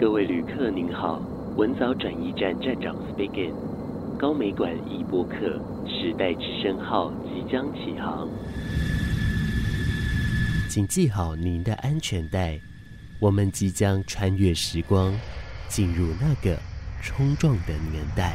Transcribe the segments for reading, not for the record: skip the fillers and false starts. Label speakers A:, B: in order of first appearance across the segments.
A: 各位旅客您好，文藻转驿站站长 speaking， 高美馆一播客时代之声号即将起航，请系好您的安全带，我们即将穿越时光，进入那个冲撞的年代。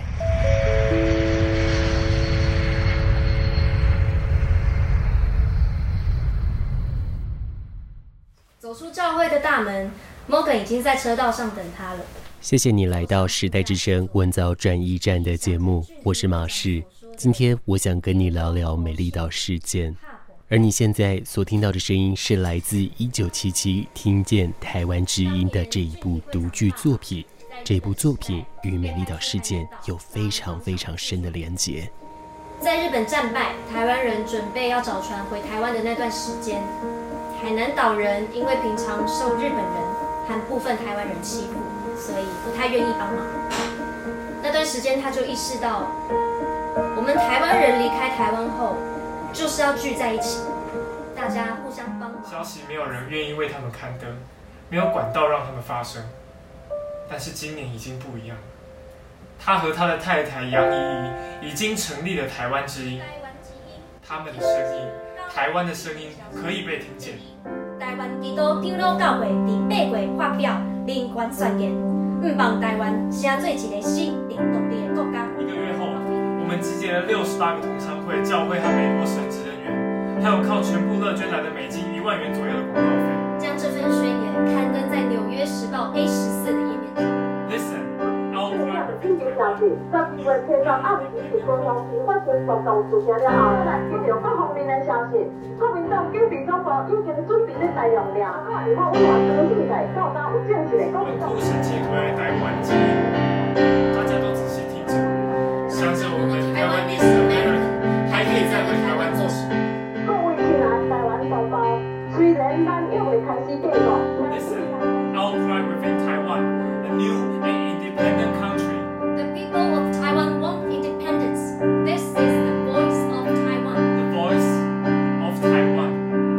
B: 走出教会的大门， Morgan 已经在车道上等他了。
A: 谢谢你来到时代之声文藻转驿站的节目，我是马氏。今天我想跟你聊聊美丽岛事件，而你现在所听到的声音是来自1977听见台湾之音的这一部独剧作品。这部作品与美丽岛事件有非常非常深的连结。
B: 在日本战败，台湾人准备要找船回台湾的那段时间，海南岛人因为平常受日本人和部分台湾人欺负，所以不太愿意帮忙。那段时间他就意识到，我们台湾人离开台湾后，就是要聚在一起，大家互相帮忙。
C: 消息没有人愿意为他们刊登，没有管道让他们发声。但是今年已经不一样了，他和他的太太杨怡怡已经成立了台湾之音，他们的声音，台湾的声音可以被听见。
B: 台湾基督长老教会伫8月发表人权宣言，帮台湾成做一个新领导力的国家。
C: 1个月后，我们集结了68个同乡会、教会和美国神职人员，还有靠全部乐捐来的美金1万元左右的广告费，
B: 将这份宣言刊登在《纽约时报》A14的页面上。
C: Listen， our cry。
D: 紧急消息：12月7日暗时是高雄市发生暴动事件了后，接到各方面的消息，国民党警备总部已经准备咧大量了。以后我话说起来，到当有正式的国民党。
C: 突袭击回来台湾之音，大家都仔细听着，相信我们台湾历史的 American 还可以再回台湾做事。
D: 各位亲爱的台湾同胞，虽然咱还未开始建国。
C: Listen, our cry within Taiwan, a new and independent country.
B: The people of Taiwan want independence. This is the voice of Taiwan.
C: The voice of Taiwan.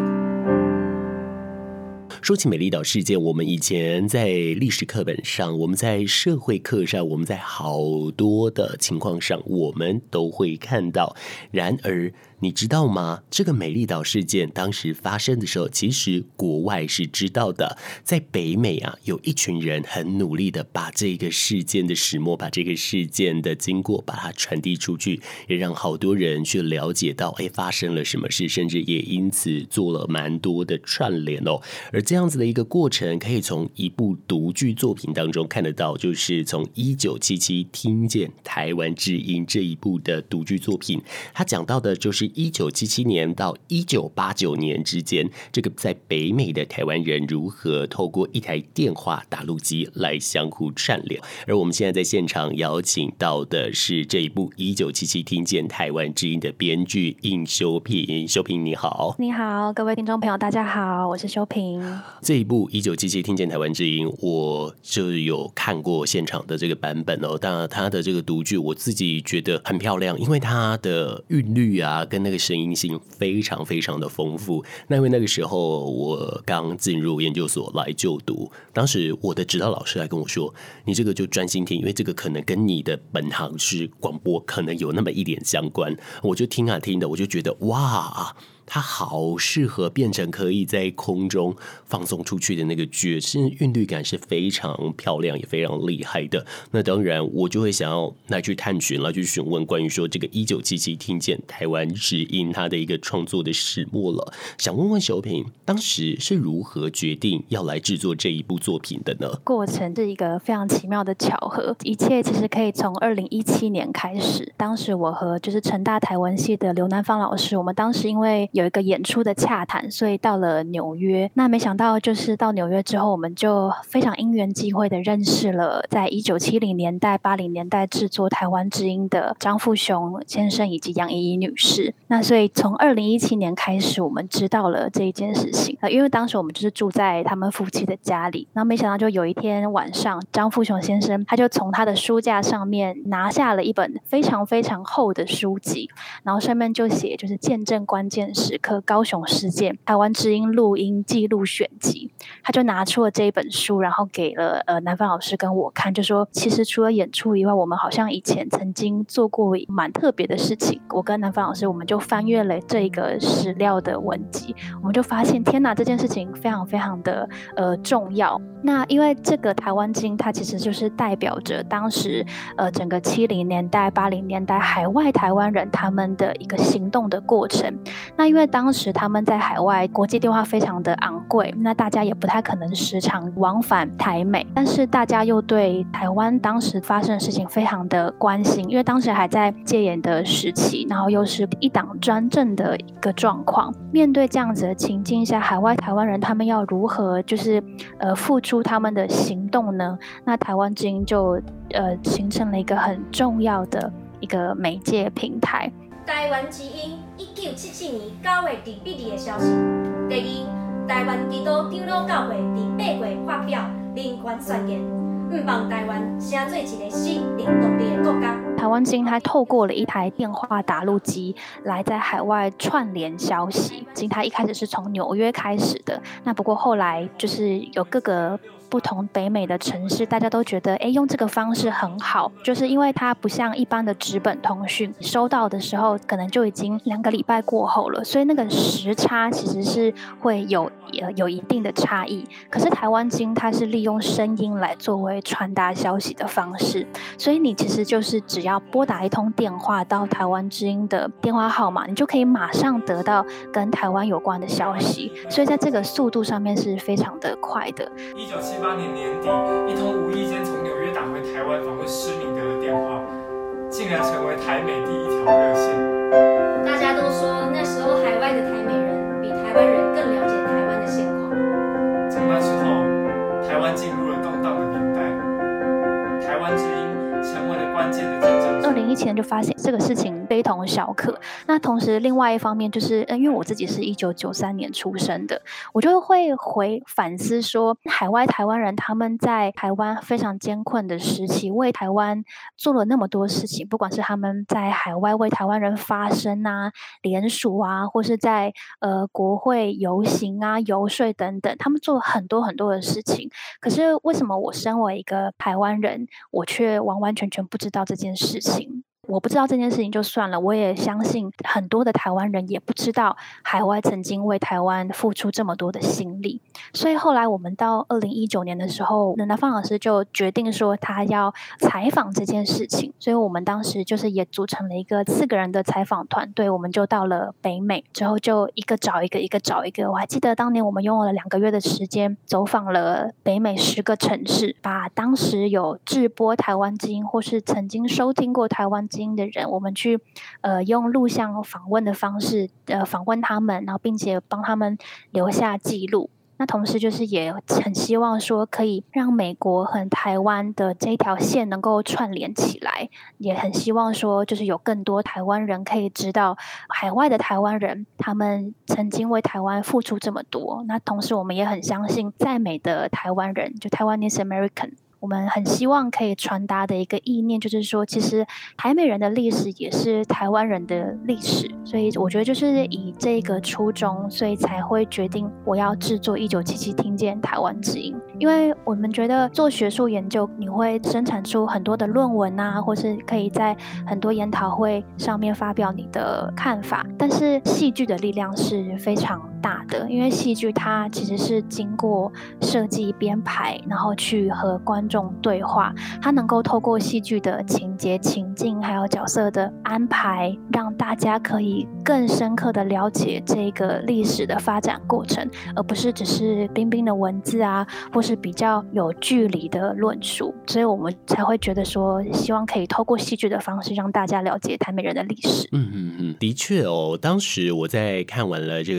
A: 说起美丽岛事件，我们以前在历史课本上，我们在社会课上，我们在好多的情况上，我们都会看到。然而你知道吗？这个美丽岛事件当时发生的时候，其实国外是知道的。在北美啊，有一群人很努力的把这个事件的始末，把这个事件的经过，把它传递出去，也让好多人去了解到，发生了什么事，甚至也因此做了蛮多的串联哦。而这样子的一个过程，可以从一部独剧作品当中看得到，就是从1977听见台湾之音这一部的独剧作品，它讲到的就是1977年到1989年之间，这个在北美的台湾人如何透过一台电话打录机来相互串联。而我们现在在现场邀请到的是这一部1977听见台湾之音的编剧尹修平。修平你好。
E: 你好，各位听众朋友大家好，我是修平。
A: 这一部1977听见台湾之音，我就有看过现场的这个版本哦。当然它的这个读剧我自己觉得很漂亮，因为它的韵律啊跟那个声音性非常非常的丰富。那因为那个时候我刚进入研究所来就读，当时我的指导老师还跟我说，你这个就专心听，因为这个可能跟你的本行是广播可能有那么一点相关。我就听啊听的，我就觉得哇，它好适合变成可以在空中放送出去的那个剧，是韵律感是非常漂亮也非常厉害的。那当然我就会想要来去探寻，来去询问关于说这个1977听见台湾之音它的一个创作的始末了。想问问修平，当时是如何决定要来制作这一部作品的呢？
E: 过程是一个非常奇妙的巧合，一切其实可以从2017年开始。当时我和就是成大台湾系的刘南芳老师，我们当时因为有一个演出的洽谈，所以到了纽约。那没想到就是到纽约之后，我们就非常因缘际会的认识了在1970年代、80年代制作台湾之音的张富雄先生以及杨怡怡女士。那所以从2017年开始，我们知道了这一件事情。因为当时我们就是住在他们夫妻的家里，然后没想到就有一天晚上，张富雄先生他就从他的书架上面拿下了一本非常非常厚的书籍，然后上面就写就是见证关键时时刻高雄事件台湾之音录音记录选集，他就拿出了这一本书，然后给了南方老师跟我看，就说其实除了演出以外，我们好像以前曾经做过蛮特别的事情。我跟南方老师我们就翻阅了这个史料的文集，我们就发现天哪，这件事情非常非常的重要。那因为这个台湾之音它其实就是代表着当时整个70年代80年代海外台湾人他们的一个行动的过程。那因为当时他们在海外国际电话非常的昂贵，那大家也不太可能时常往返台美，但是大家又对台湾当时发生的事情非常的关心，因为当时还在戒严的时期，然后又是一党专政的一个状况。面对这样子的情境下，海外台湾人他们要如何就是付出他们的行动呢？那台湾之音就形成了一个很重要的一个媒介平台。
B: 台湾之音1977年9月第8日的消息。第二，台湾基督长老教会第8月发表人权宣言，望台湾成做一个新领导力的国家。
E: 台湾之音还透过了一台电话打录机来在海外串联消息。它一开始是从纽约开始的，那不过后来就是有各个不同北美的城市，大家都觉得用这个方式很好，就是因为它不像一般的纸本通讯，收到的时候可能就已经2个礼拜过后了，所以那个时差其实是会有一定的差异。可是台湾之音它是利用声音来作为传达消息的方式，所以你其实就是只要拨打一通电话到台湾之音的电话号码，你就可以马上得到跟台湾有关的消息，所以在这个速度上面是非常的快的。
C: 1978年年底，一通无意间从纽约打回台湾访问施明德的电话，竟然成为台美第一条热线。
B: 大家都说那时候海外的台美人比台湾人更了解台湾的现况。
C: 从那之后，台湾进入了动荡的年代，台湾之音成为了关键的见证者。
E: 2017年就发现这个事情非同小可。那同时另外一方面就是因为我自己是1993年出生的，我就会反思说，海外台湾人他们在台湾非常艰困的时期为台湾做了那么多事情，不管是他们在海外为台湾人发声啊、联署啊，或是在国会游行啊、游说等等，他们做了很多很多的事情。可是为什么我身为一个台湾人，我却完完全全不知道这件事情？我不知道这件事情就算了，我也相信很多的台湾人也不知道海外曾经为台湾付出这么多的心力。所以后来我们到2019年的时候，南方老师就决定说他要采访这件事情，所以我们当时就是也组成了一个4个人的采访团队，我们就到了北美，之后就一个找一个，一个找一个。我还记得当年我们用了2个月的时间，走访了北美10个城市，把当时有制播台湾之音或是曾经收听过台湾之音的人，我们去用录像访问的方式访问他们，然后并且帮他们留下记录。那同时就是也很希望说可以让美国和台湾的这一条线能够串联起来，也很希望说就是有更多台湾人可以知道海外的台湾人他们曾经为台湾付出这么多。那同时我们也很相信在美的台湾人，就Taiwanese American，我们很希望可以传达的一个意念就是说，其实台美人的历史也是台湾人的历史。所以我觉得就是以这个初衷，所以才会决定我要制作1977听见台湾之音。因为我们觉得做学术研究，你会生产出很多的论文啊，或是可以在很多研讨会上面发表你的看法，但是戏剧的力量是非常大的，因为戏剧它其实是经过设计编排，然后去和观众对话，它能够透过戏剧的情节情境还有角色的安排，让大家可以更深刻的了解这个历史的发展过程，而不是只是冰冰的文字啊，或是比较有距离的论述。所以我们才会觉得说，希望可以透过戏剧的方式让大家了解台美人的历史。
A: 的确哦，当时我在看完了这个读剧的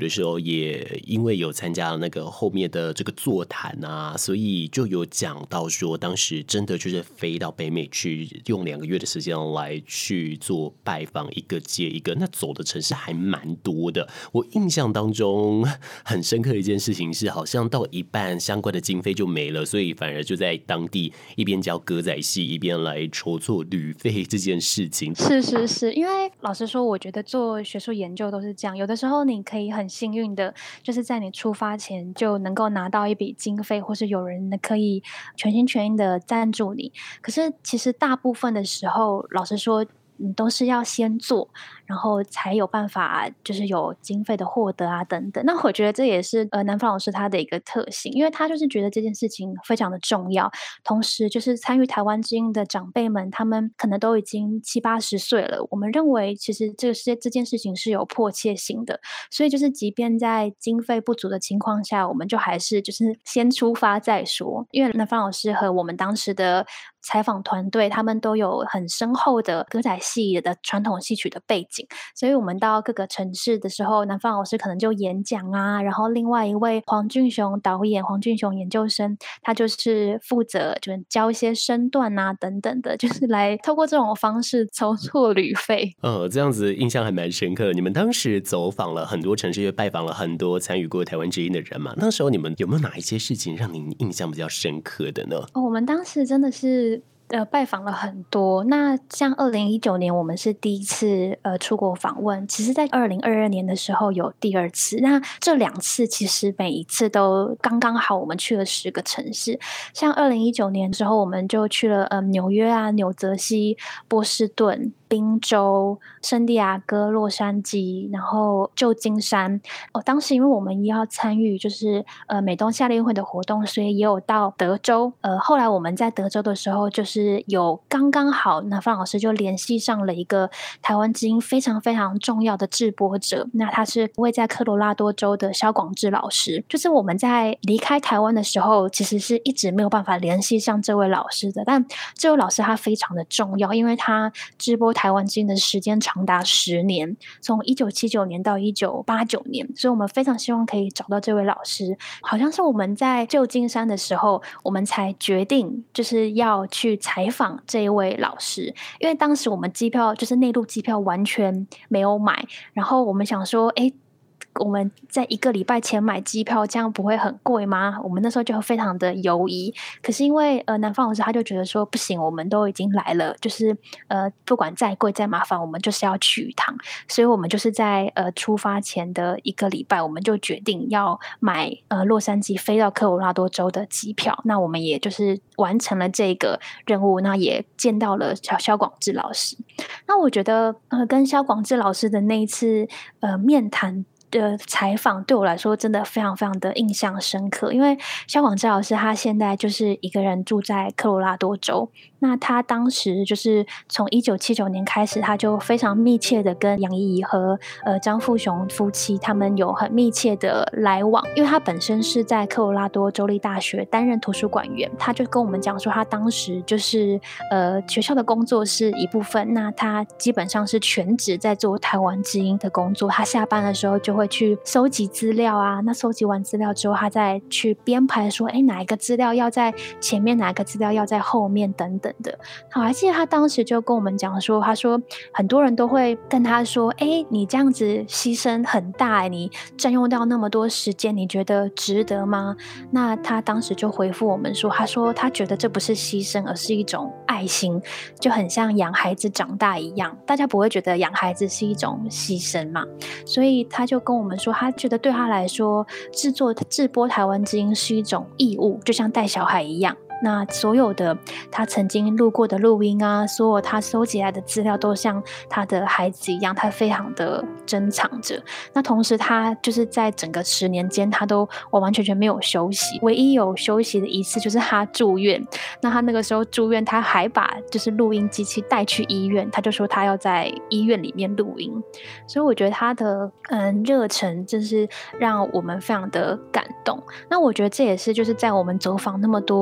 A: 的时候也因为有参加那个后面的这个座谈啊，所以就有讲到说当时真的就是飞到北美去，用2个月的时间来去做拜访，一个接一个，那走的城市还蛮多的。我印象当中很深刻的一件事情是，好像到一半相关的经费就没了，所以反而就在当地一边教歌仔戏一边来筹措旅费这件事情。
E: 是，因为老实说我觉得做学术研究都是这样，有的时候你可以很幸运的就是在你出发前就能够拿到一笔经费，或是有人可以全心全意的赞助你，可是其实大部分的时候老实说你都是要先做，然后才有办法就是有经费的获得啊等等。那我觉得这也是南方老师他的一个特性，因为他就是觉得这件事情非常的重要，同时就是参与台湾之音的长辈们，他们可能都已经70、80岁了，我们认为其实这件事情是有迫切性的，所以就是即便在经费不足的情况下，我们就还是就是先出发再说。因为南方老师和我们当时的采访团队他们都有很深厚的歌仔戏的传统戏曲的背景，所以我们到各个城市的时候，南方老师可能就演讲啊，然后另外一位黄俊雄导演、黄俊雄研究生，他就是负责就教一些身段啊等等的，就是来透过这种方式筹措旅费。
A: 这样子印象还蛮深刻的。你们当时走访了很多城市，也拜访了很多参与过台湾之音的人嘛，那时候你们有没有哪一些事情让您印象比较深刻的呢？
E: 我们当时真的是拜访了很多。那像2019年我们是第一次出国访问，其实在2022年的时候有第2次，那这2次其实每一次都刚刚好，我们去了10个城市。像2019年之后我们就去了纽约啊、纽泽西、波士顿、宾州、圣地亚哥、洛杉矶，然后旧金山。当时因为我们也要参与就是美东夏令会的活动，所以也有到德州。后来我们在德州的时候，就是有刚刚好南方老师就联系上了一个台湾之音非常非常重要的制播者，那他是位在科罗拉多州的萧广智老师。就是我们在离开台湾的时候，其实是一直没有办法联系上这位老师的，但这位老师他非常的重要，因为他制播台湾之音的时间长达10年，从1979年到1989年，所以我们非常希望可以找到这位老师。好像是我们在旧金山的时候，我们才决定就是要去采访这一位老师，因为当时我们机票就是内陆机票完全没有买，然后我们想说我们在1个礼拜前买机票，这样不会很贵吗？我们那时候就非常的犹疑。可是因为南方老师他就觉得说不行，我们都已经来了，就是不管再贵再麻烦，我们就是要去一趟。所以我们就是在出发前的1个礼拜，我们就决定要买洛杉矶飞到科罗拉多州的机票。那我们也就是完成了这个任务，那也见到了萧广智老师。那我觉得跟萧广智老师的那一次面谈的采访对我来说真的非常非常的印象深刻，因为萧广智老师他现在就是一个人住在科罗拉多州，那他当时就是从1979年开始，他就非常密切的跟杨怡怡和张富雄夫妻他们有很密切的来往，因为他本身是在科罗拉多州立大学担任图书馆员，他就跟我们讲说他当时就是学校的工作是一部分，那他基本上是全职在做台湾之音的工作，他下班的时候就会去收集资料啊，那收集完资料之后他再去编排说哪一个资料要在前面，哪一个资料要在后面等等的。我还记得他当时就跟我们讲说，他说很多人都会跟他说你这样子牺牲很大你占用到那么多时间，你觉得值得吗？那他当时就回复我们说，他说他觉得这不是牺牲，而是一种爱心，就很像养孩子长大一样，大家不会觉得养孩子是一种牺牲嘛，所以他就跟我们说，他觉得对他来说制播台湾之音是一种义务，就像带小孩一样。那所有的他曾经录过的录音啊，所有他收集来的资料都像他的孩子一样，他非常的珍藏着。那同时他就是在整个10年间他都完完全全没有休息，唯一有休息的一次就是他住院，那他那个时候住院他还把就是录音机器带去医院，他就说他要在医院里面录音。所以我觉得他的热忱真是让我们非常的感动。那我觉得这也是就是在我们走访那么多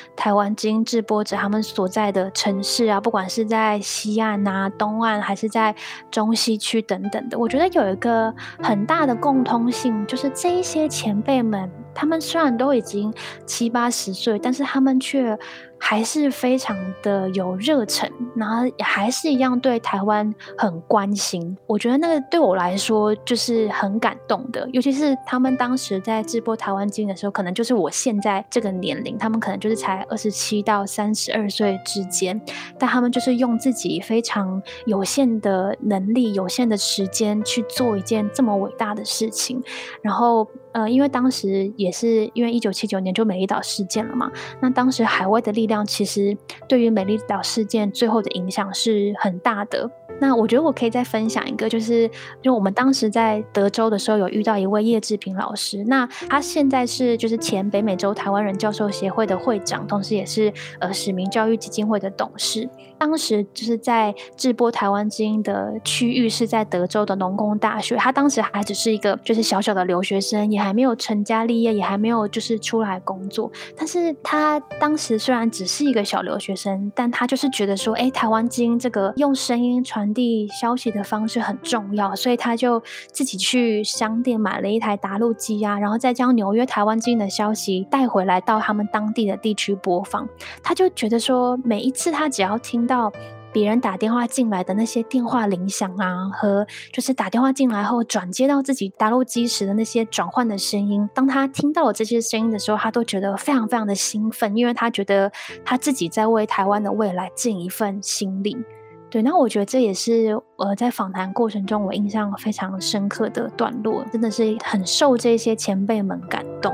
E: 台湾精英直播者他们所在的城市啊，不管是在西岸啊、东岸还是在中西区等等的，我觉得有一个很大的共通性，就是这一些前辈们，他们虽然都已经70、80岁，但是他们却还是非常的有热忱，然后也还是一样对台湾很关心。我觉得那个对我来说就是很感动的，尤其是他们当时在直播台湾精英的时候，可能就是我现在这个年龄，他们可能就是才27到32岁之间，但他们就是用自己非常有限的能力、有限的时间去做一件这么伟大的事情。然后因为当时也是因为1979年就美丽岛事件了嘛，那当时海外的力量其实对于美丽岛事件最后的影响是很大的。那我觉得我可以再分享一个，就是我们当时在德州的时候有遇到一位叶志平老师，那他现在是就是前北美洲台湾人教授协会的会长，同时也是史明教育基金会的董事。当时就是在直播台湾精英的区域是在德州的农工大学，他当时还只是一个就是小小的留学生，也还没有成家立业，也还没有就是出来工作，但是他当时虽然只是一个小留学生，但他就是觉得说台湾精英这个用声音传递消息的方式很重要，所以他就自己去商店买了一台答录机啊，然后再将纽约台湾精英的消息带回来到他们当地的地区播放。他就觉得说每一次他只要听到别人打电话进来的那些电话铃响啊，和就是打电话进来后转接到自己答录机时的那些转换的声音，当他听到了这些声音的时候，他都觉得非常非常的兴奋，因为他觉得他自己在为台湾的未来尽一份心力。对，那我觉得这也是在访谈过程中我印象非常深刻的段落，真的是很受这些前辈们感动。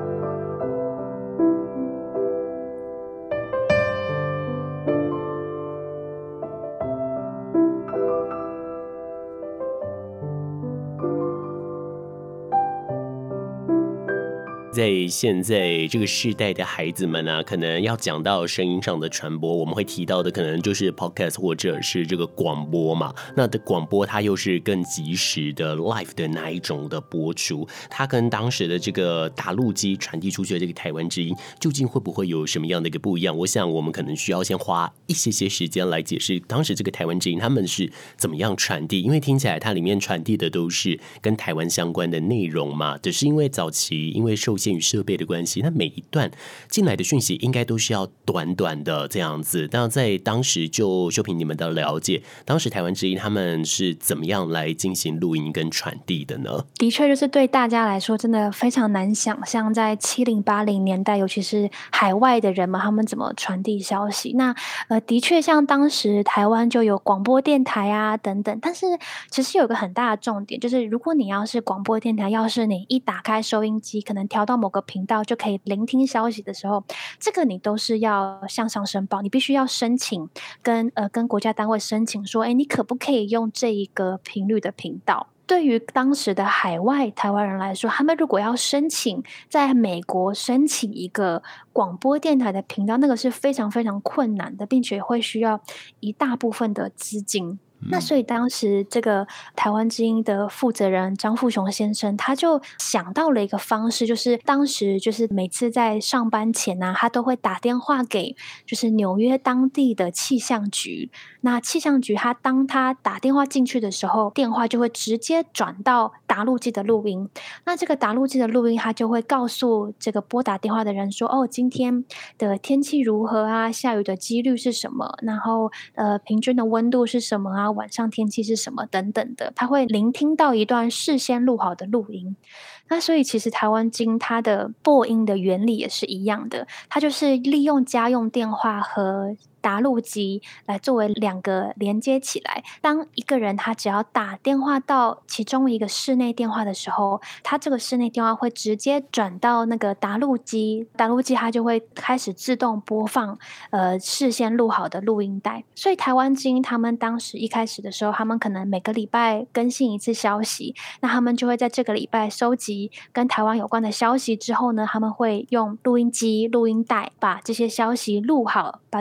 A: 在现在这个世代的孩子们啊，可能要讲到声音上的传播，我们会提到的可能就是 podcast 或者是这个广播嘛。那的广播它又是更及时的 live 的那一种的播出，它跟当时的这个打录机传递出去的这个台湾之音，究竟会不会有什么样的一个不一样？我想我们可能需要先花一些时间来解释当时这个台湾之音他们是怎么样传递，因为听起来它里面传递的都是跟台湾相关的内容嘛，只是因为早期因为受限于设备的关系，那每一段进来的讯息应该都是要短短的这样子。那在当时就秀萍你们的了解，当时台湾之音他们是怎么样来进行录音跟传递的呢？
E: 的确就是对大家来说真的非常难想象，在70、80年代，尤其是海外的人们，他们怎么传递消息。那的确像当时台湾就有广播电台啊等等，但是其实有一个很大的重点，就是如果你要是广播电台，要是你一打开收音机可能调到某个频道就可以聆听消息的时候，这个你都是要向上申报，你必须要申请跟国家单位申请说你可不可以用这一个频率的频道。对于当时的海外台湾人来说，他们如果要申请在美国申请一个广播电台的频道，那个是非常非常困难的，并且会需要一大部分的资金。那所以当时这个台湾之音的负责人张富雄先生，他就想到了一个方式，就是当时就是每次在上班前啊，他都会打电话给就是纽约当地的气象局。那气象局当他打电话进去的时候，电话就会直接转到答录机的录音。那这个答录机的录音，他就会告诉这个拨打电话的人说，今天的天气如何啊，下雨的几率是什么，然后平均的温度是什么啊，晚上天气是什么等等的，他会聆听到一段事先录好的录音。那所以其实台湾精它的播音的原理也是一样的，它就是利用家用电话和答录机来作为两个连接起来。当一个人他只要打电话到其中一个室内电话的时候，他这个室内电话会直接转到那个答录机，答录机它就会开始自动播放事先录好的录音带。所以台湾精他们当时一开始的时候，他们可能每个礼拜更新一次消息，那他们就会在这个礼拜收集跟台湾有关的消息之后呢，他们会用录音机、录音带把这些消息录好，把这些他们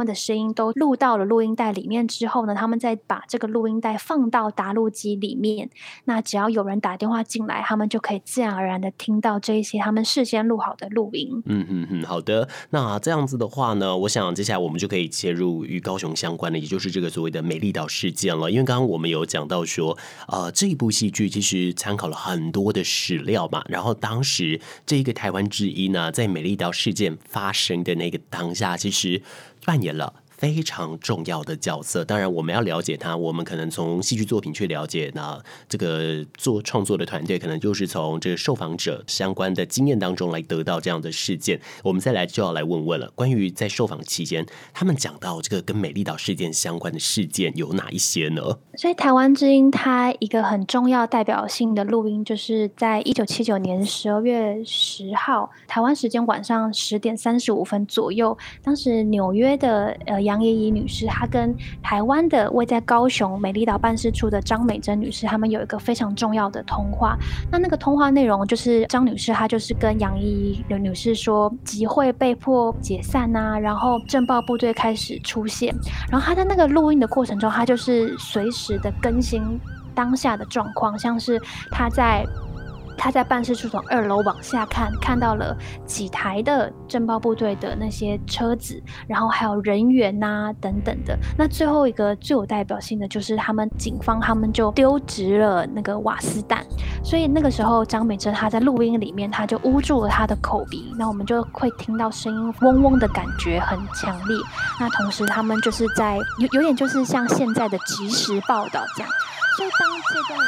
E: 们的声音都录到了录音带里面之后呢，他们再把这个录音带放到答录机里面，那只要有人打电话进来，他们就可以自然而然的听到这一些他们事先录好的录音。
A: 好的，那这样子的话呢，我想接下来我们就可以切入与高雄相关的，也就是这个所谓的美丽岛事件了。因为刚刚我们有讲到说，这一部戏剧其实参考了很多的史料嘛，然后当时这一个台湾之一呢，在美丽岛事件发生的那个当下，其实扮演了非常重要的角色。当然我们要了解它，我们可能从戏剧作品去了解，那这个创作的团队可能就是从这个受访者相关的经验当中来得到这样的事件。我们再来就要来问问了，关于在受访期间他们讲到这个跟美丽岛事件相关的事件有哪一些呢？
E: 所以台湾之音它一个很重要代表性的录音，就是在1979年12月10号台湾时间晚上10点35分左右，当时纽约的杨怡怡女士，她跟台湾的位在高雄美丽岛办事处的张美珍女士，他们有一个非常重要的通话。那个通话内容就是张女士她就是跟杨怡怡女士说，集会被迫解散啊，然后政报部队开始出现，然后她在那个录音的过程中，她就是随时的更新当下的状况，像是她在办事处从2楼往下看到了几台的政报部队的那些车子，然后还有人员啊等等的。那最后一个最有代表性的就是警方他们就丢掷了那个瓦斯弹，所以那个时候张美珍她在录音里面，她就捂住了她的口鼻，那我们就会听到声音嗡嗡的感觉很强烈。那同时他们就是在有点就是像现在的即时报道这样，所以当这段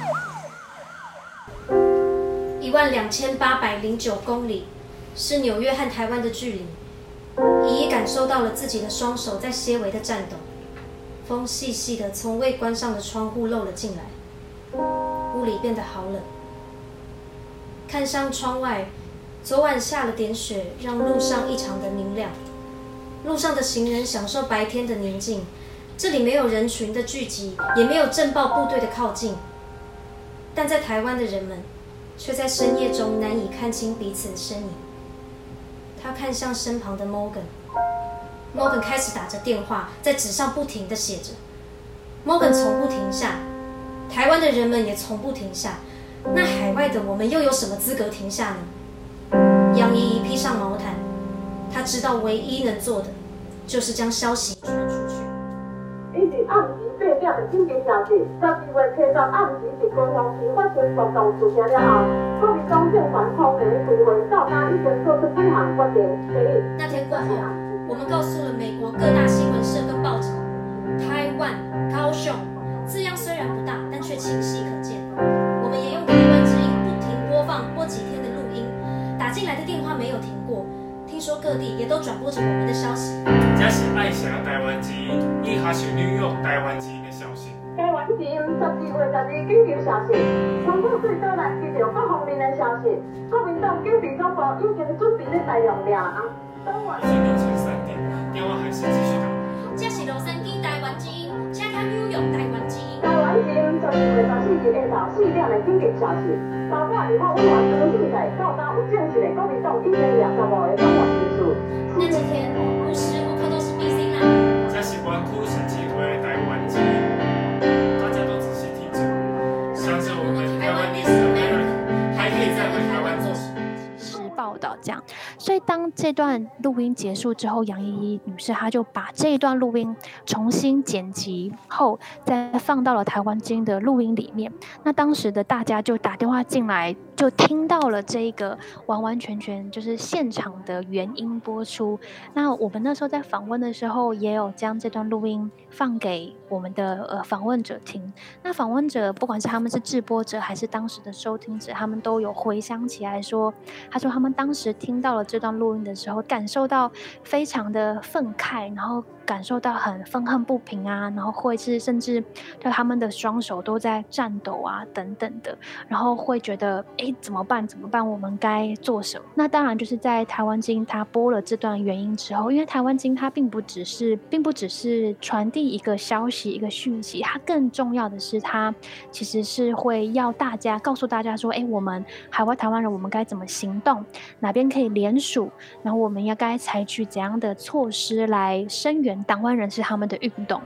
B: 12809公里是纽约和台湾的距离，怡怡感受到了自己的双手在些微的颤抖，风细细的从未关上的窗户漏了进来，屋里变得好冷。看向窗外，昨晚下了点雪，让路上异常的明亮。路上的行人享受白天的宁静，这里没有人群的聚集，也没有政报部队的靠近，但在台湾的人们却在深夜中难以看清彼此的身影。他看向身旁的 Morgan 开始打着电话，在纸上不停地写着。Morgan 从不停下，台湾的人们也从不停下，那海外的我们又有什么资格停下呢？杨怡怡披上毛毯，她知道唯一能做的就是将消息传出去。
D: 伊是暗时8点的紧急消息，12月7日暗时是高雄市发生暴动事件了后，国民党政团通联聚会到那已经做出几项决定。第一，
B: 那天过后，我们告诉了美国各大新闻社跟报纸，台湾、高雄字样虽然不大，但却清晰可见。我们也用台湾之音不停播几天的录音，打进来的电话没有停过。听说各地也都转播着我们的消息。
C: 这是爱霞台湾之音，以下是纽约台湾之音的消息。
D: 台湾之音12月12日紧急消息，香港水岛内接到各方面的消息，国民党警备总部已经准备咧大量了。
C: 是凌晨3点，电话还是继续打。
B: 这是洛杉矶台湾之音，请看纽约台湾之音。
D: 台湾之音12月14日下晝4點的緊急消息，包括立法委員張信才到達有證實的國民黨已經25個的總統指數。
B: 那幾天無時無刻都是 BC 啦。
C: 這是關乎神奇回台灣之音，大家都仔細聽着，想着我們台灣歷史 America 還可以再回台灣做事。
E: 報道这样，所以当这段录音结束之后，杨怡怡女士她就把这一段录音重新剪辑后，再放到了台湾之音的录音里面。那当时的大家就打电话进来，就听到了这个完完全全就是现场的原音播出。那我们那时候在访问的时候，也有将这段录音放给我们的访问者听。那访问者不管是他们是制播者还是当时的收听者，他们都有回想起来说，他说他们当时听到了这段录音的时候，感受到非常的愤慨，然后感受到很愤恨不平啊，然后会是甚至对他们的双手都在颤抖啊等等的，然后会觉得怎么办怎么办，我们该做什么？那当然就是在台湾金它播了这段原因之后，因为台湾金它并不只是传递一个消息一个讯息，它更重要的是它其实是会要告诉大家说，我们海外台湾人我们该怎么行动，哪边可以联署，然后我们要该采取怎样的措施来声援党外人士他们的运动。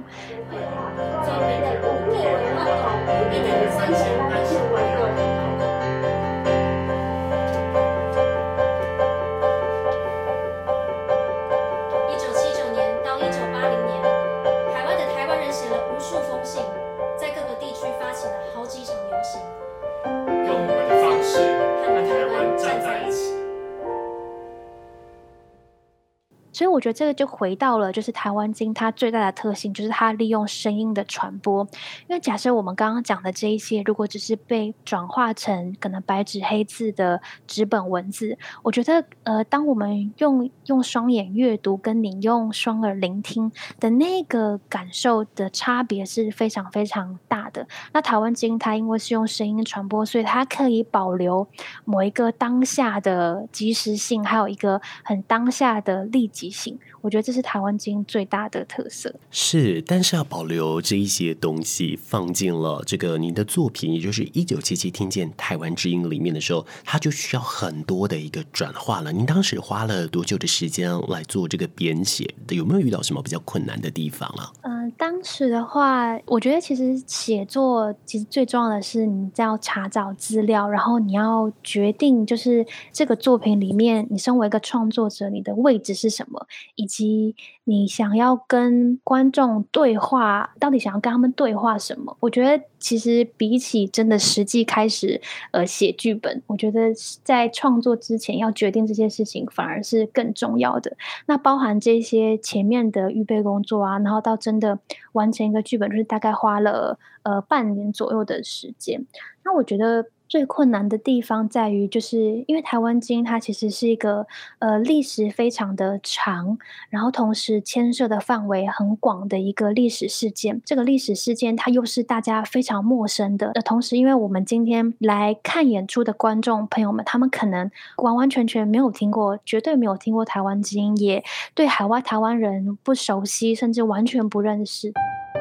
E: 所以我觉得这个就回到了就是台湾金它最大的特性，就是它利用声音的传播。因为假设我们刚刚讲的这一些如果只是被转化成可能白纸黑字的纸本文字，我觉得当我们用双眼阅读跟你用双耳聆听的那个感受的差别是非常非常大的。那台湾金它因为是用声音传播，所以它可以保留某一个当下的即时性，还有一个很当下的立即性，我觉得这是台湾金最大的特色。
A: 是，但是要保留这一些东西放进了这个您的作品，也就是1977听见台湾之音里面的时候，它就需要很多的一个转化了。您当时花了多久的时间来做这个编写？有没有遇到什么比较困难的地方啊？
E: 当时的话，我觉得其实写作其实最重要的是你要查找资料，然后你要决定就是这个作品里面你身为一个创作者你的位置是什么，以及你想要跟观众对话，到底想要跟他们对话什么。我觉得其实比起真的实际开始写剧本，我觉得在创作之前要决定这些事情反而是更重要的。那包含这些前面的预备工作啊，然后到真的完成一个剧本，就是大概花了半年左右的时间。那我觉得最困难的地方在于，就是因为台湾金它其实是一个历史非常的长，然后同时牵涉的范围很广的一个历史事件。这个历史事件它又是大家非常陌生的，同时因为我们今天来看演出的观众朋友们，他们可能完完全全没有听过，绝对没有听过台湾金，也对海外台湾人不熟悉，甚至完全不认识。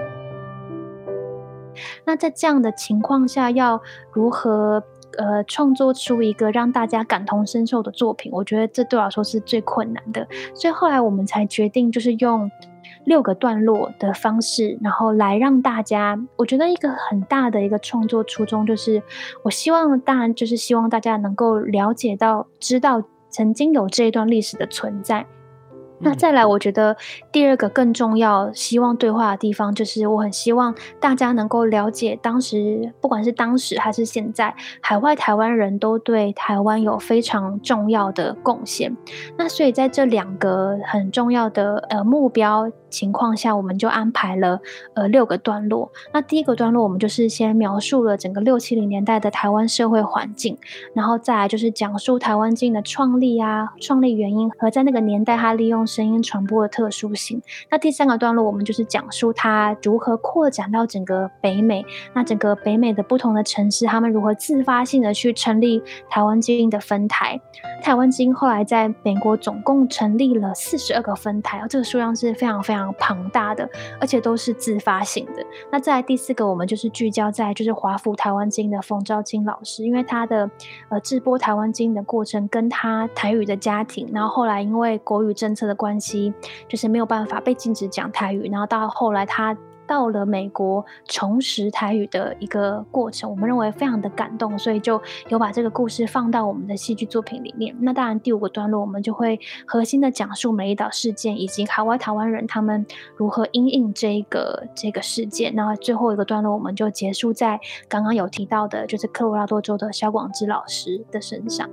E: 那在这样的情况下，要如何创作出一个让大家感同身受的作品，我觉得这对我来说是最困难的。所以后来我们才决定就是用6个段落的方式，然后来让大家，我觉得一个很大的一个创作初衷就是我希望，当然就是希望大家能够了解到知道曾经有这一段历史的存在。那再来我觉得第二个更重要希望对话的地方，就是我很希望大家能够了解当时，不管是当时还是现在，海外台湾人都对台湾有非常重要的贡献。那所以在这2个很重要的目标情况下，我们就安排了6个段落。那第一个段落我们就是先描述了整个60、70年代的台湾社会环境，然后再来就是讲述台湾金的创立啊、创立原因和在那个年代它利用声音传播的特殊性。那第3个段落我们就是讲述它如何扩展到整个北美，那整个北美的不同的城市他们如何自发性的去成立台湾金的分台。台湾金后来在美国总共成立了42个分台，这个数量是非常非常庞大的，而且都是自发性的。那再来第4个我们就是聚焦在就是华府台湾金的冯昭金老师，因为他的制播台湾金的过程跟他台语的家庭，然后后来因为国语政策的关系，就是没有办法被禁止讲台语，然后到后来他到了美国重拾台语的一个过程，我们认为非常的感动，所以就有把这个故事放到我们的戏剧作品里面。那当然第5个段落我们就会核心的讲述美丽岛事件以及海外台湾人他们如何因应这个事件。然后最后一个段落我们就结束在刚刚有提到的就是科罗拉多州的萧广之老师的身上。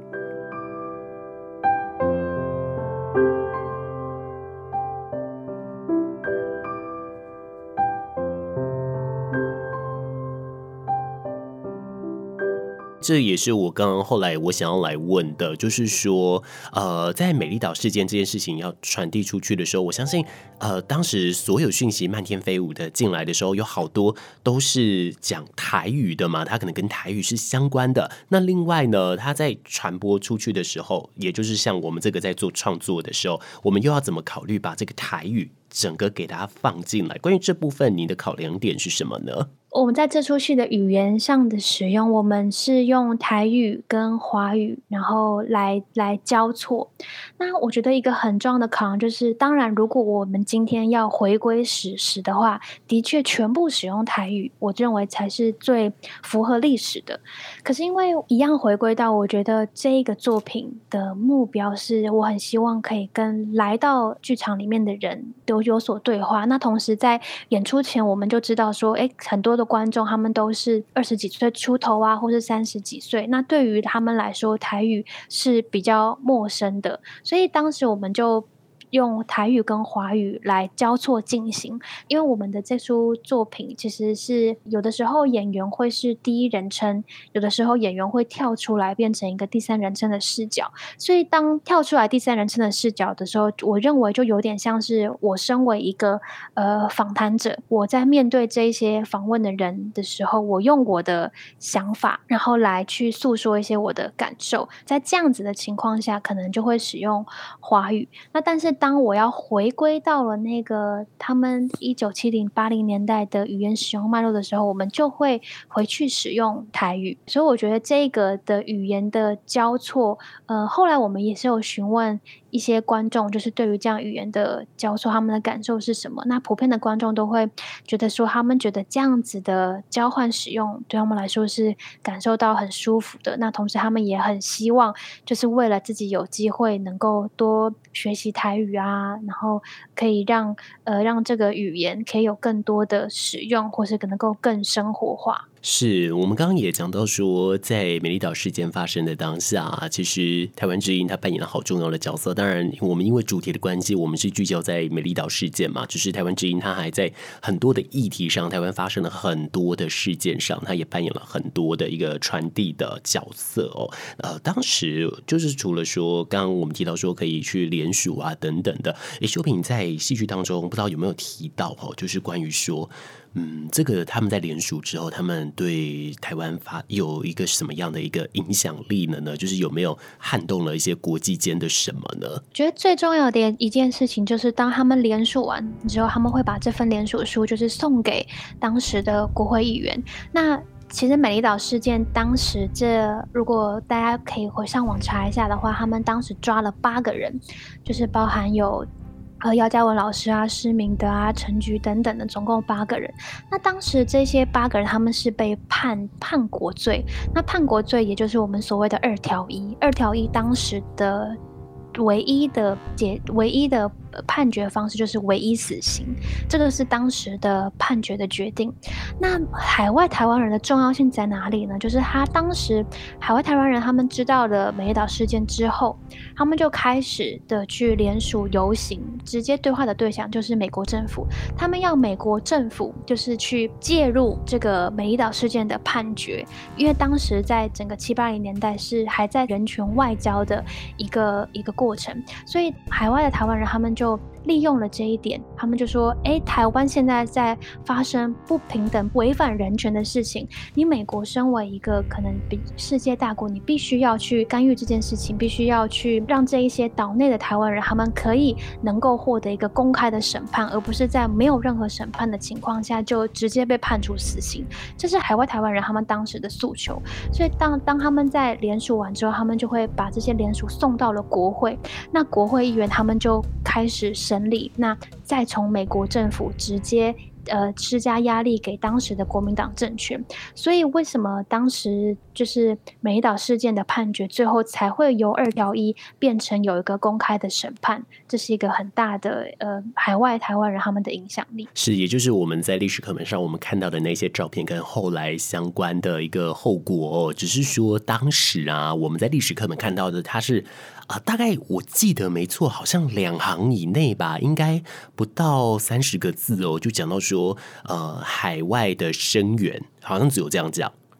A: 这也是我刚刚后来我想要来问的，就是说，在美丽岛事件这件事情要传递出去的时候，我相信，当时所有讯息漫天飞舞的进来的时候，有好多都是讲台语的嘛，它可能跟台语是相关的。那另外呢，它在传播出去的时候，也就是像我们这个在做创作的时候，我们又要怎么考虑把这个台语整个给它放进来？关于这部分，你的考量点是什么呢？
E: 我们在这出戏的语言上的使用，我们是用台语跟华语，然后来交错。那我觉得一个很重要的考量就是，当然，如果我们今天要回归史实的话，的确全部使用台语，我认为才是最符合历史的。可是因为一样回归到，我觉得这个作品的目标是，我很希望可以跟来到剧场里面的人都有所对话。那同时在演出前，我们就知道说，很多的观众他们都是20几岁出头啊，或是30几岁，那对于他们来说台语是比较陌生的，所以当时我们就用台语跟华语来交错进行。因为我们的这出作品其实是有的时候演员会是第一人称，有的时候演员会跳出来变成一个第三人称的视角，所以当跳出来第三人称的视角的时候，我认为就有点像是我身为一个访谈者，我在面对这些访问的人的时候，我用我的想法然后来去诉说一些我的感受，在这样子的情况下可能就会使用华语。那但是当我要回归到了那个他们1970、80年代的语言使用脉络的时候，我们就会回去使用台语。所以我觉得这个的语言的交错，后来我们也是有询问一些观众，就是对于这样语言的交错他们的感受是什么。那普遍的观众都会觉得说，他们觉得这样子的交换使用对他们来说是感受到很舒服的。那同时他们也很希望就是为了自己有机会能够多学习台语啊，然后可以让这个语言可以有更多的使用，或是能够更生活化。
A: 是我们刚刚也讲到说，在美丽岛事件发生的当下，其实台湾之音它扮演了好重要的角色。当然我们因为主题的关系，我们是聚焦在美丽岛事件嘛，只是台湾之音它还在很多的议题上，台湾发生了很多的事件上，它也扮演了很多的一个传递的角色哦。当时就是除了说刚刚我们提到说可以去联署啊等等的，修平在戏剧当中不知道有没有提到就是关于说这个他们在联署之后，他们对台湾有一个什么样的一个影响力呢？就是有没有撼动了一些国际间的什么呢？
E: 觉得最重要的一件事情就是，当他们联署完之后，他们会把这份联署书就是送给当时的国会议员。那其实美丽岛事件当时如果大家可以回上网查一下的话，他们当时抓了8个人，就是包含有姚嘉文老师啊、施明德啊、陈菊等等的，总共8个人。那当时这些8个人他们是被叛国罪，那叛国罪也就是我们所谓的2条1，2条1当时的唯一的判决方式就是唯一死刑，这个是当时的判决的决定。那海外台湾人的重要性在哪里呢？就是他当时海外台湾人他们知道了美丽岛事件之后，他们就开始的去联署游行，直接对话的对象就是美国政府，他们要美国政府就是去介入这个美丽岛事件的判决，因为当时在整个70、80年代是还在人权外交的一个过程，所以海外的台湾人他们就利用了这一点，他们就说台湾现在在发生不平等违反人权的事情，你美国身为一个可能比世界大国，你必须要去干预这件事情，必须要去让这一些岛内的台湾人他们可以能够获得一个公开的审判，而不是在没有任何审判的情况下就直接被判处死刑。这是海外台湾人他们当时的诉求。所以当他们在联署完之后，他们就会把这些联署送到了国会，那国会议员他们就开始审理，那再从美国政府直接施加压力给当时的国民党政权。所以为什么当时就是美丽岛事件的判决最后才会由2条1变成有一个公开的审判，这是一个很大的海外台湾人他们的影响力。
A: 是，也就是我们在历史课本上我们看到的那些照片跟后来相关的一个后果只是说当时我们在历史课本看到的它是大概我记得没错，好像2行以内吧，应该不到30个字就讲到说海外的声援，好像只有这样讲。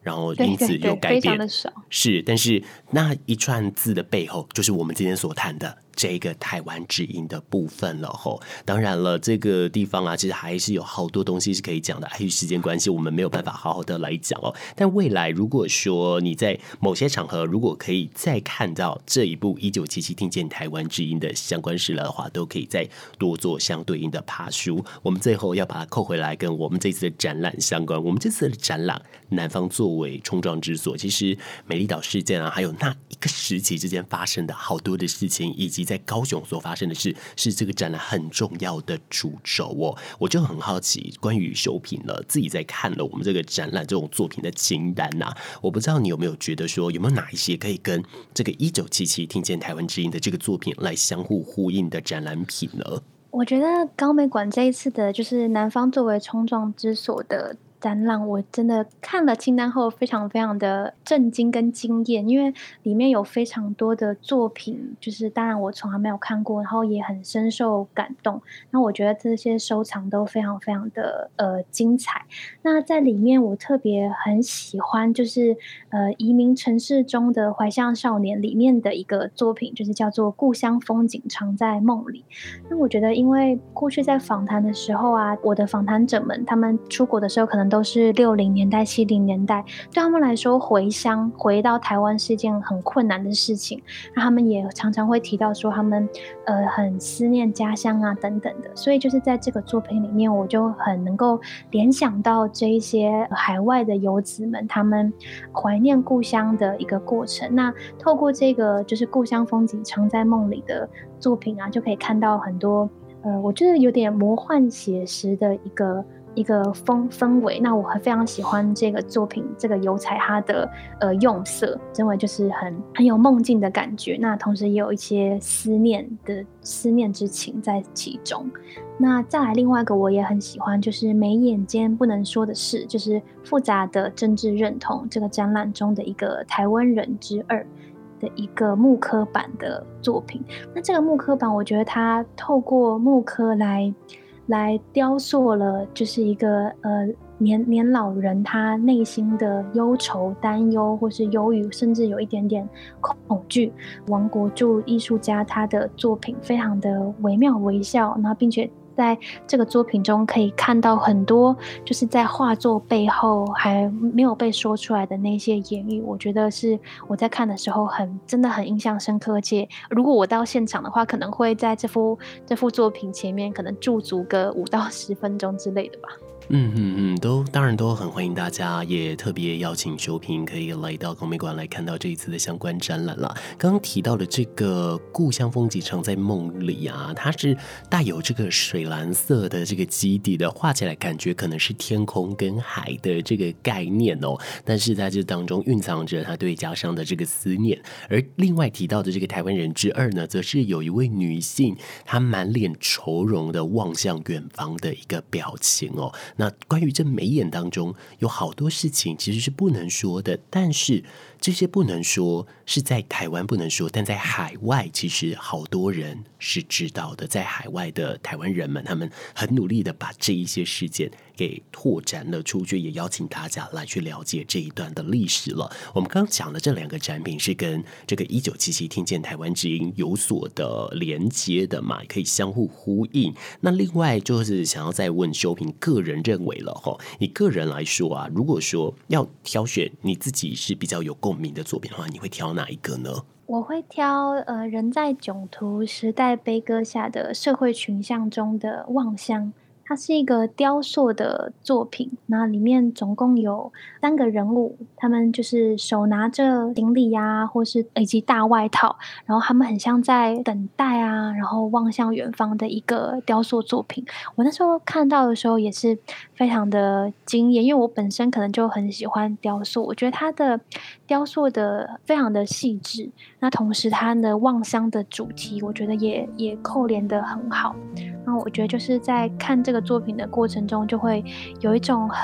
A: 然后因此有改变，
E: 非常的少。
A: 是，但是那一串字的背后，就是我们今天所谈的这个台湾之音的部分了吼。当然了，这个地方啊，其实还是有好多东西是可以讲的，碍于时间关系，我们没有办法好好的来讲哦。但未来如果说你在某些场合，如果可以再看到这一部1977听见台湾之音的相关史料的话，都可以再多做相对应的爬书。我们最后要把它扣回来，跟我们这次的展览相关。我们这次的展览，南方作为冲撞之所，其实美丽岛事件啊，还有那一个时期之间发生的好多的事情，以及在高雄所发生的事，是这个展览很重要的主轴哦。我就很好奇，关于修平了，自己在看了我们这个展览这种作品的清单啊，我不知道你有没有觉得说，有没有哪一些可以跟这个1977听见台湾之音的这个作品来相互呼应的展览品呢？
E: 我觉得高美馆这一次的就是南方作为冲撞之所的展览，我真的看了清单后非常非常的震惊跟惊艳，因为里面有非常多的作品，就是当然我从来没有看过，然后也很深受感动。那我觉得这些收藏都非常非常的精彩。那在里面我特别很喜欢就是移民城市中的怀乡少年里面的一个作品，就是叫做故乡风景常在梦里。那我觉得因为过去在访谈的时候啊，我的访谈者们他们出国的时候可能都是60年代70年代，对他们来说回乡回到台湾是一件很困难的事情，那他们也常常会提到说他们很思念家乡啊等等的。所以就是在这个作品里面，我就很能够联想到这一些海外的游子们他们怀念故乡的一个过程。那透过这个就是故乡风景常在梦里的作品啊，就可以看到很多我觉得有点魔幻写实的一个氛围。那我非常喜欢这个作品，这个油彩它的用色，认为就是很有梦境的感觉。那同时也有一些思念之情在其中。那再来另外一个我也很喜欢，就是眉眼间不能说的事，就是复杂的政治认同这个展览中的一个台湾人之二的一个木刻版的作品。那这个木刻版我觉得它透过木刻来雕塑了就是一个年老人他内心的忧愁担忧或是忧郁，甚至有一点点恐惧。王国柱艺术家他的作品非常的惟妙惟肖，然后并且在这个作品中可以看到很多就是在画作背后还没有被说出来的那些言语。我觉得是我在看的时候真的很印象深刻，而且如果我到现场的话，可能会在这幅作品前面可能驻足个5到10分钟之类的吧。
A: 当然都很欢迎大家，也特别邀请修平可以来到高美馆来看到这一次的相关展览了。刚刚提到的这个故乡风景常在梦里啊，它是带有这个水蓝色的这个基底的，画起来感觉可能是天空跟海的这个概念哦，但是在这当中蕴藏着他对家乡的这个思念。而另外提到的这个台湾人之二呢，则是有一位女性，她满脸愁容的望向远方的一个表情哦。那关于这眉眼当中有好多事情其实是不能说的，但是这些不能说是在台湾不能说，但在海外其实好多人是知道的。在海外的台湾人们，他们很努力的把这一些事件给拓展了出去，也邀请大家来去了解这一段的历史了。我们刚刚讲的这2个展品是跟这个1977听见台湾之音有所的连接的嘛，可以相互呼应。那另外就是想要再问修平个人认为了齁，你个人来说啊，如果说要挑选你自己是比较有共鸣的作品的话，你会挑哪一个呢？
E: 我会挑人在囧途时代悲歌下的社会群像中的望乡。它是一个雕塑的作品，那里面总共有3个人物，他们就是手拿着行李啊，或是以及大外套，然后他们很像在等待啊，然后望向远方的一个雕塑作品。我那时候看到的时候也是非常的惊艳，因为我本身可能就很喜欢雕塑，我觉得它的雕塑的非常的细致，那同时它的望乡的主题我觉得也扣连得很好。那我觉得就是在看这个作品的过程中，就会有一种很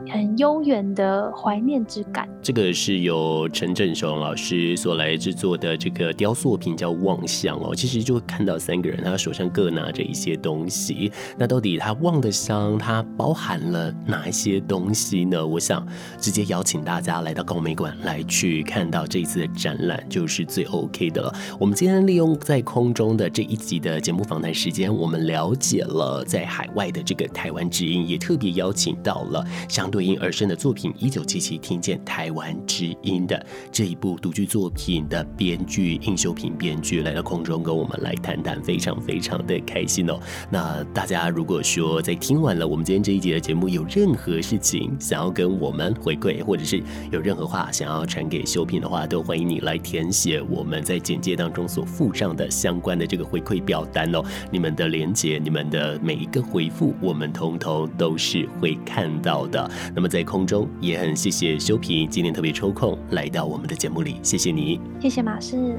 E: 很悠远的怀念之感。
A: 这个是由陈正雄老师所来制作的这个雕塑品叫望乡哦，其实就看到3个人，他手上各拿着一些东西，那到底他望的乡它包含了哪一些东西呢？我想直接邀请大家来到高美馆来去看到这一次的展览就是最 OK 的了。我们今天利用在空中的这一集的节目访谈时间，我们了解了在海外的这个台湾之音，也特别邀请到了相对应而生的作品1977听见台湾之音的这一部独剧作品的编剧应修平编剧来到空中跟我们来谈谈，非常非常的开心哦。那大家如果说在听完了我们今天这一集的节目，有任何事情想要跟我们回馈，或者是有任何话想要传给修平的话，都欢迎你来填写我们在简介当中所附上的相关的这个回馈表单哦。你们的连结，你们的每一个回复，我们通通都是会看到的。那么在空中也很谢谢修平今天特别抽空来到我们的节目里，谢谢你，
E: 谢谢马氏。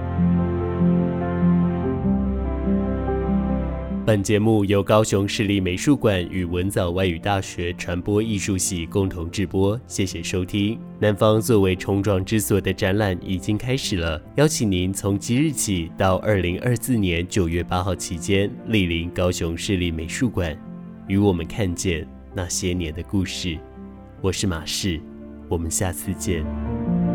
A: 本节目由高雄市立美术馆与文藻外语大学传播艺术系共同制播，谢谢收听。南方作为冲撞之所的展览已经开始了，邀请您从即日起到2024年9月8号期间莅临高雄市立美术馆，与我们看见那些年的故事。我是马氏，我们下次见。